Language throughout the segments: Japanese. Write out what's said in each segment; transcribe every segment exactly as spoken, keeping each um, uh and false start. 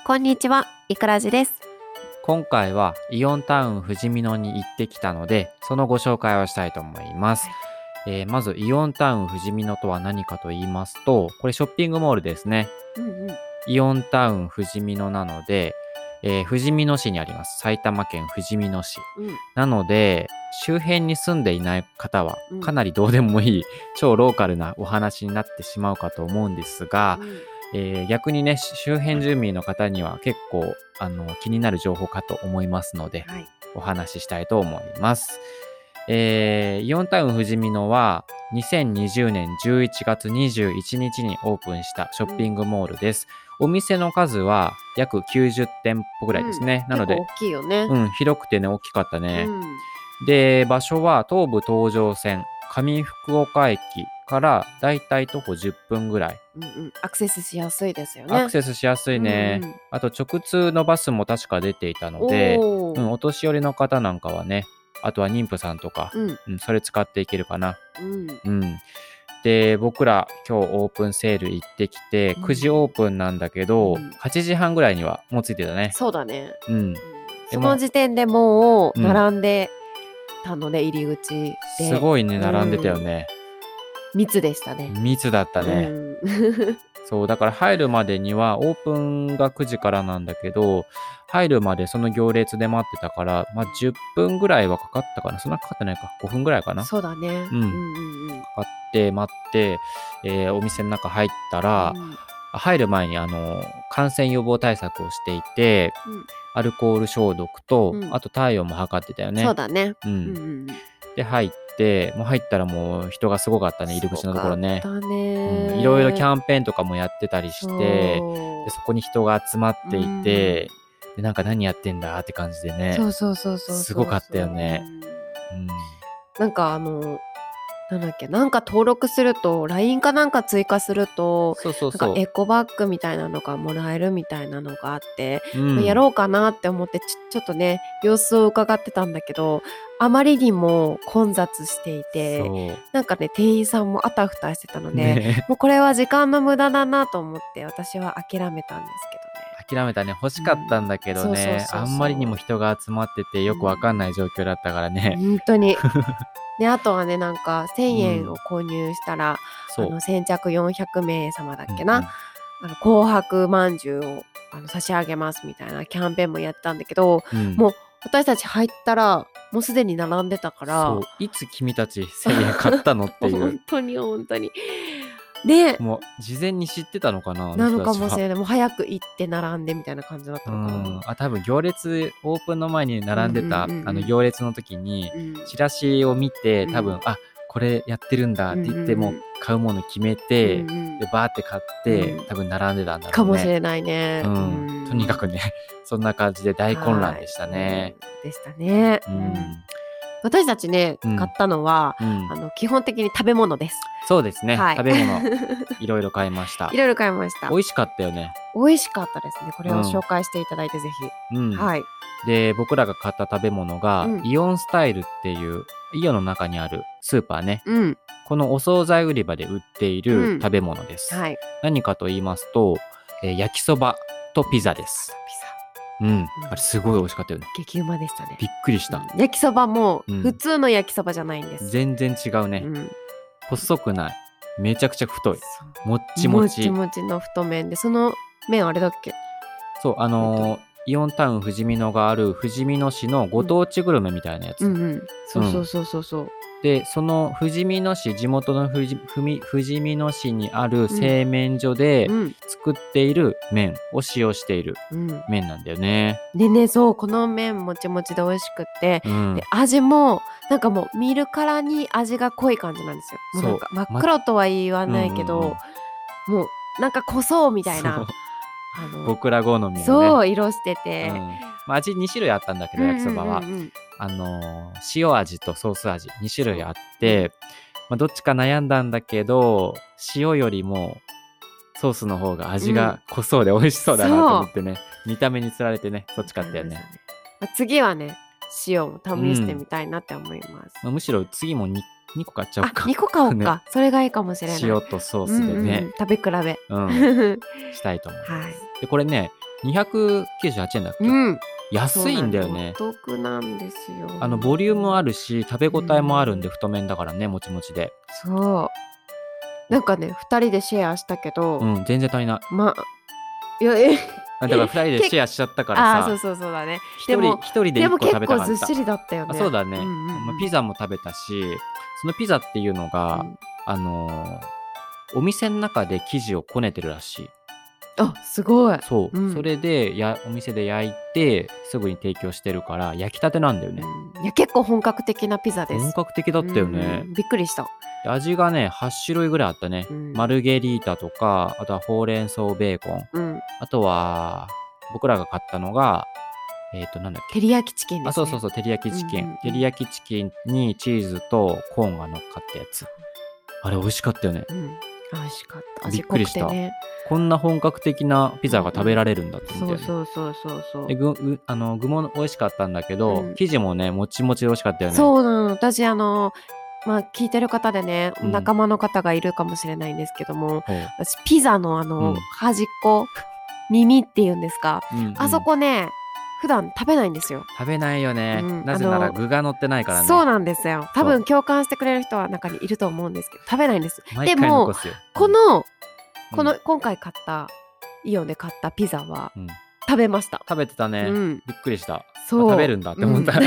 こんにちは、いくらじです。 今回はイオンタウンふじみ野に行ってきたので、そのご紹介をしたいと思います。えーまずイオンタウンふじみ野とは何かと言いますと、これショッピングモールですね。 うんうん。 イオンタウンふじみ野なので、えー、ふじみ野市にあります。埼玉県ふじみ野市。 うんなので、周辺に住んでいない方はうんかなりどうでもいい、超ローカルなお話になってしまうかと思うんですが、 うんえー逆にね、周辺住民の方には結構あの気になる情報かと思いますので、 はい。 お話ししたいと思います。えーイオンタウンふじみ野はにせんにじゅうねんじゅういちがつにじゅういちにちにオープンしたショッピングモールです。お店の数は約きゅうじゅってんぽぐらいですね。なので、 結構大きいよね。 うん、広くてね、大きかったね。 うんで、場所は東武東上線上福岡駅からだいたい徒歩じゅっぷんぐらい。 うんうん。アクセスしやすいですよね。 アクセスしやすいね。 うんうんあと直通のバスも確か出ていたので、 おーうん、お年寄りの方なんかはね、あとは妊婦さんとか、 うんうん、それ使っていけるかな。 うんうん。で、僕ら今日オープンセール行ってきて、 うんくじオープンなんだけど、 うんはちじはんぐらいにはもうついてたね。 そうだね。 うん。 うんでそもの時点でもううん並んでたので、入り口で。 すごいね、並んでたよね。 密でしたね。 密だったね。 うんそう、だから入るまでには、オープンがくじからなんだけど、入るまでその行列で待ってたから、まあじゅっぷんぐらいはかかったかな。そんなかかってないか。ごふんぐらいかな。 そうだね。 うんうんうんうん。 かかって待って、えーお店の中入ったら、 うん入る前にあの感染予防対策をしていて、アルコール消毒と、 うんあと体温も測ってたよね。 そうだね。 う。 うんんうんで入ってもう入ったらもう人がすごかったね、入り口のところね。 すごかったうね。 ん、いろいろキャンペーンとかもやってたりして、でそうそこに人が集まっていて、でなんか何やってんだって感じでね。 そうそうそうそうそうすごかったよね。 うんうん、 なんかあのなんだっけなんか登録すると ライン かなんか追加するとそうそうそう。 なんかエコバッグみたいなのがもらえるみたいなのがあって、 うんまあやろうかなって思ってちちょっとね様子を伺ってたんだけど、あまりにも混雑していて、 そうなんかね店員さんもあたふたしてたので、 ね、 もうこれは時間の無駄だなと思って私は諦めたんですけどね。 諦めたね。欲しかったんだけどうんそうそうね、 そうそうあんまりにも人が集まっててよくわかんない状況だったからね。 本当にであとはねなんかせんえんを購入したら、 そう。 あの先着よんひゃくめい様だっけな、 うんうんあの紅白まんじゅうをあの差し上げますみたいなキャンペーンもやってたんだけど、 うんもう私たち入ったらもうすでに並んでたからそう、いつ君たちせんえん買ったのっていう本当に本当にでもう事前に知ってたのかな、あなのかの人たちは。 もしれない、もう早く行って並んでみたいな感じだったうのかな。 ん、あ、多分行列オープンの前に並んでた、 うんうんうんうんあの行列の時にうんチラシを見て、 うん多分、あ、これやってるんだって言って、 うんうんうんもう買うもの決めて、 うんうんでバーって買って、 うん多分並んでたんだろうね。 かもしれないね。 うんうんとにかくね、そんな感じで大混乱でしたね。 はいうんでしたね。 うんうん私たちね、 うん買ったのは、 うんあの基本的に食べ物です。 そうですね、 はい食べ物いろいろ買いました。 いろいろ買いました。 美味しかったよね。 美味しかったですね。これを紹介していただいてぜひ。 うん、 はい。 で僕らが買った食べ物が、 うんイオンスタイルっていうイオンの中にあるスーパーね、 うん。 このお惣菜売り場で売っていうんる食べ物です。 はい。 何かと言いますと、えー焼きそばとピザです。 ピうん、あれすごい美味しかったよね。 ザ激うまでしたね。 びっくりした。 うん焼きそばもうん普通の焼きそばじゃないんです。 全然違うね。 うん細くない。めちゃくちゃ太い。 そうもっちもち。 もちもちの太麺で、その麺あれだっけ？ そう、あのーイオンタウンふじみ野があるふじみ野市のご当地グルメみたいなやつ。 うんうん。そうそうそうそうそう。 で、そのふじみ野市、地元のふじふみふじみ野市にある製麺所でうん作っている麺を使用しているうん。 麺なんだよね。 でね、そうこの麺もちもちで美味しくって、 うんで。味もなんかもう見るからに味が濃い感じなんですよ。もうなんかそう真っ黒とは言わないけど、 うんうんもうなんか濃そうみたいなそうあの僕ら好みのね。 そう色してて、 うんまあ、味に種類あったんだけど、焼きそばは。 うんうんうんうんあのー塩味とソース味に種類あって、まあ、どっちか悩んだんだけど、塩よりもソースの方が味が濃そうで美味しそうだなと思ってね、見た目につられてね、そっち買ったよね。 まあ次はね塩も試してみたいなって思います。 まあ、むしろ次も 2, にこ買っちゃおあうか。 にこ買おうねか、それがいいかもしれない。 塩とソースでうんうんね、 食べ比べ。 うんしたいと思います。 はいでこれねにひゃくきゅうじゅうはちえんだっけ、 うん安いんだよね。 そうなんですお得なんですよ。 あのボリュームあるし食べ応えもあるんで、太麺だからね、もちもちで。 そうなんかねふたりでシェアしたけど、 うん全然足りない。 まいやえだからふたりでシェアしちゃったからさ、 あーそうそうそうだね。 一人でも一人で一個でも結食べたかった。 構ずっしりだったよね。 あそうだね、 んうんうんまあピザも食べたし、そのピザっていうのが、 うんあのーお店の中で生地をこねてるらしい。 あすごい。 そう、 うんそれでやお店で焼いてすぐに提供してるから焼きたてなんだよね。 うんいや結構本格的なピザです。 本格的だったよね。 うんびっくりした。 で味がねはち種類ぐらいあったね、 うんマルゲリータとか、あとはほうれん草ベーコン、 うんあとは僕らが買ったのがえっ、ー、となんだっけ、 照り焼きチキンですね。 あそうそうそう照り焼きチキン、 うんうんうん照り焼きチキンにチーズとコーンが乗っかったやつ、あれ美味しかったよね。 うん美味しかった。 びっくりした味濃くてね。 こんな本格的なピザが食べられるんだって思ったよね。 そうそうそうそうそうで具うあの具も美味しかったんだけど、 うん生地もねもちもちで美味しかったよね。 そうなの。私あのまあ聞いてる方でね、 うん仲間の方がいるかもしれないんですけども、 ほう私ピザのあの、 うん端っこ耳っていうんですか、 うんうんあそこね普段食べないんですよ。 食べないよね、 うんなぜならあの具が乗ってないからね。 そうなんですよ。多そう分共感してくれる人は中にいると思うんですけど食べないんです。 毎でも回残すよ。 この、 うんこの今回買ったイオンで買ったピザはうん食べました。 食べてたね、 うんびっくりした。 そうあ食べるんだって思った、 うん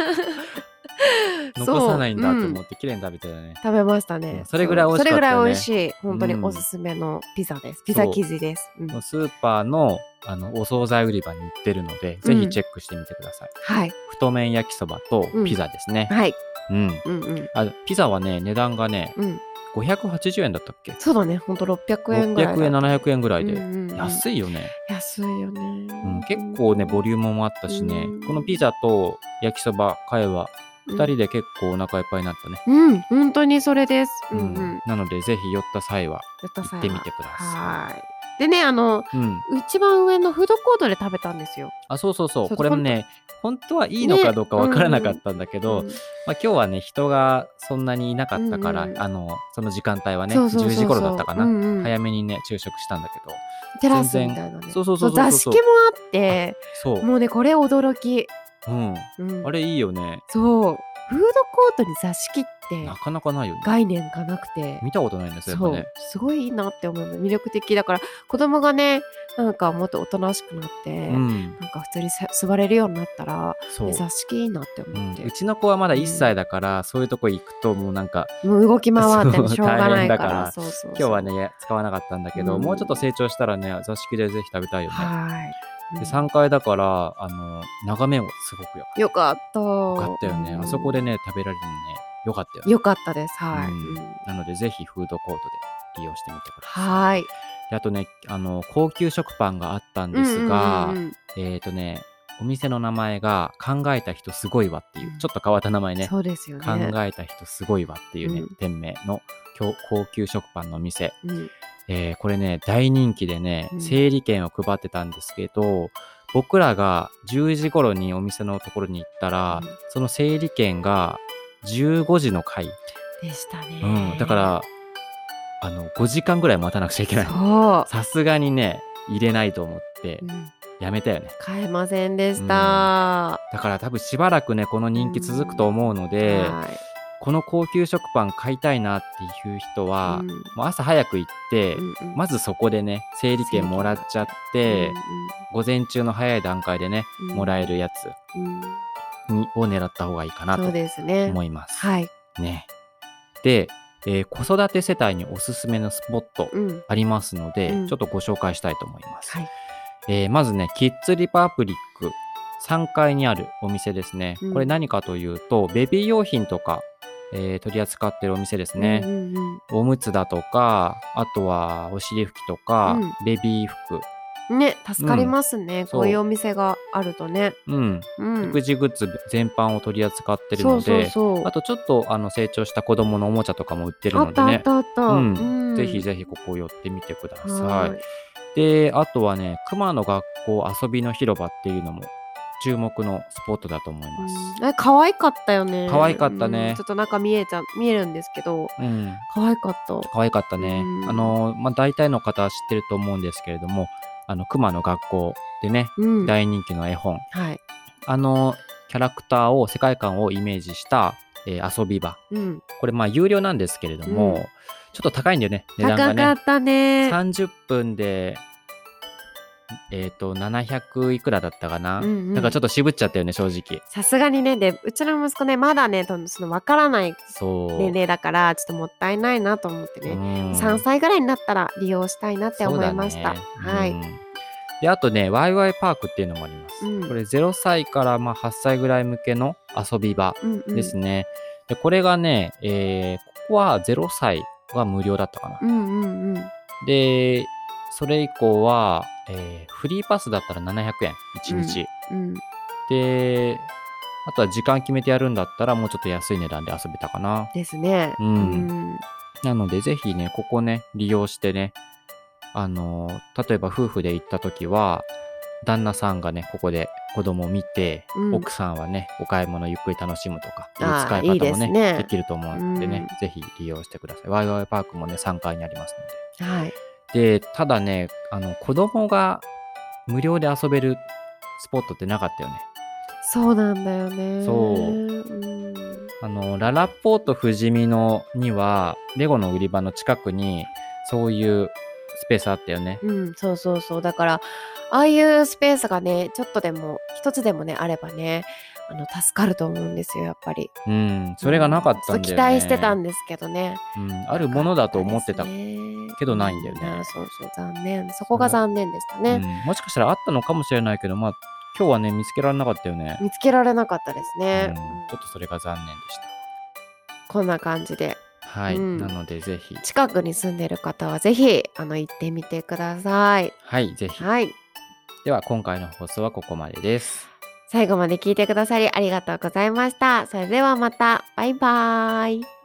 残さないんだってそううん思って綺麗に食べてたね。 食べましたうねん。それぐらい美味しかったよねそれぐらい美味しい。本当におすすめのピザです。ピザ生地です。うんもうスーパーのあのお惣菜売り場に売ってるので、ぜひチェックしてみてください。 はい太麺焼きそばとピザですね。 はい。 うん。 うんうんあピザはね値段がねうん。 ごひゃくはちじゅうえんだったっけ？ そうだね。ほんとろっぴゃくえんぐらいだ。 ろっぴゃくえんななひゃくえんぐらいで、 うんうんうん安いよね。 安いよね。 うん、結構ねボリュームもあったしね、 うんこのピザと焼きそば買えばうんふたりで結構お腹いっぱいになったね。 うん本当にそれです。うんうん。 うんなのでぜひ寄った際はやった際は行ってみてくださはい。でねあのい。うん。 一番上のフードコートで食べたんですよ。 あそうそうそうそうこれもね本当はいいのかどうかわからなかったんだけど、 うんまあ、今日はね人がそんなにいなかったから、 うんうんあのその時間帯はねそうそうそうそうじゅうじ頃だったかな、 うんうん早めにね昼食したんだけどテラスみたいなね。 そうそうそうそうそう座敷もあってそう、 もうねこれ驚き。 うん、 うんあれいいよね。 そうフードコートに座敷ってなかなかないよね。 概念がなくて見たことないんですよそうね。 すごいいいなって思うの魅力的だから子供がねなんかもっとおとなしくなって、 うん、 なんか普通にさ座れるようになったらそう、 座敷いいなってうん思って、 うちの子はまだいっさいだから、そういうとこ行くともうなんかもう動き回ってもそうしょうがないから大変だからそうそうそう今日はね使わなかったんだけど、 うんもうちょっと成長したらね座敷でぜひ食べたいよね。 はいでさんかいだからあの眺めもすごくよよかったよかったよね、 うんあそこでね食べられるのねよかったよね。 よかったですはい、 うんうんなのでぜひフードコートで利用してみてください。 はいであとねあの高級食パンがあったんですが、 うんうんうんうんえっ、とねお店の名前が考えた人すごいわっていう、 うんちょっと変わった名前ね。 そうですよね考えた人すごいわっていうね、 うん店名の高高級食パンの店、 うんえーこれね大人気でね、 うん整理券を配ってたんですけど僕らがじゅうじ頃にお店のところに行ったら、 うんその整理券がじゅうごじの回、 でしたね、 うん、だからあのごじかんぐらい待たなくちゃいけない。 そうさすがにね入れないと思ってうんやめたよね。 買えませんでした、 だから多分しばらくねこの人気続くと思うので、 はいこの高級食パン買いたいなっていう人は、 うんもう朝早く行って、 うんうんまずそこでね整理券もらっちゃって、 うん午前中の早い段階でね、 うんもらえるやつうんにを狙った方がいいかなとそうですね思います。 はい、 ね。で、えー子育て世帯におすすめのスポットうんありますので、 うんちょっとご紹介したいと思います。 はいえーまずねキッズリパブリックさんがいにあるお店ですね。 うんこれ何かというとベビー用品とか、えー取り扱ってるお店ですね。 うんうんうんおむつだとかあとはお尻拭きとか、 うんベビー服、 ね助かりますね、 そうこういうお店があるとね、 うんうん、 育児グッズ全般を取り扱ってるそうので、 そうそうあとちょっとあの成長した子供のおもちゃとかも売ってるあったあっのでね、 たあった、 うんうんぜひぜひここ寄ってみてください。 はいであとはね熊の学校遊びの広場っていうのも注目のスポットだと思います。 うん、あれ可愛かったよね。 可愛かったねうん、ちょっとなんか見えちゃ見えるんですけど、 うん、 可愛かった。 可愛かったね。 うんあの、まあ、大体の方は知ってると思うんですけれども、あの、熊の学校でね、 うん、 大人気の絵本。 はい。 あの、キャラクターを、世界観をイメージした、えー遊び場。 うん、 これ、まあ、有料なんですけれども、 うんちょっと高いんだよね、値段がね。 高かったね。 さんじゅっぷんで、えっ、と、ななひゃくいくらだったかな。 うんうんだからちょっと渋っちゃったよね、正直。 さすがにね、で、うちの息子ね、まだね、とその分からないそう。 年齢だから、ちょっともったいないなと思ってうね、 んさんさいぐらいになったら利用したいなって思いました。 そうだねはい。 うんで、あとね、ワイワイパークっていうのもあります。 うんこれゼロさいからまあはっさいぐらい向けの遊び場うんうん。 ですね。で、これがね、えーここはゼロさいが無料だったかな。 うんうんうん。 で、それ以降は、えーフリーパスだったらななひゃくえん、いちにち。 うん。 で、あとは時間決めてやるんだったらもうちょっと安い値段で遊べたかな。 ですね。 うんうん。 なので、ぜひね、ここね、利用してね、あのー例えば夫婦で行った時は、旦那さんがね、ここで子供を見て、 うん奥さんはね、お買い物ゆっくり楽しむとか、いうあー使い方もね、 いいですねできると思うのでね、 うんぜひ利用してください。ワイワイパークもね、さんがいにありますはい。 ので。で、ただね、あの、子供が無料で遊べるスポットってなかったよね。 そうなんだよね。 そううん。 あの、ララポート富士見のには、レゴの売り場の近くに、そういうスペースあったよね。 うん、そうそうそう。だから、ああいうスペースがね、ちょっとでも、一つでもね、あればね、あの、助かると思うんですよ、やっぱり。 うん、それがなかったんだよね。 うちょっと期待してたんですけどね。 うん、あるものだと思ってたなかですねけどないんだよねうあそうそう、残念。そこが残念でしたね。 うん、もしかしたらあったのかもしれないけど、まあ、今日はね、見つけられなかったよね。 見つけられなかったですね。 うん、ちうんょっとそれが残念でした。 こんな感じで。 はい。 うんなので、ぜひ、 近くに住んでる方はぜひ、あの、行ってみてください。 はい、ぜひ。 はい。 では、今回の放送はここまでです。 最後まで聞いてくださりありがとうございました。それではまた。バイバーイ。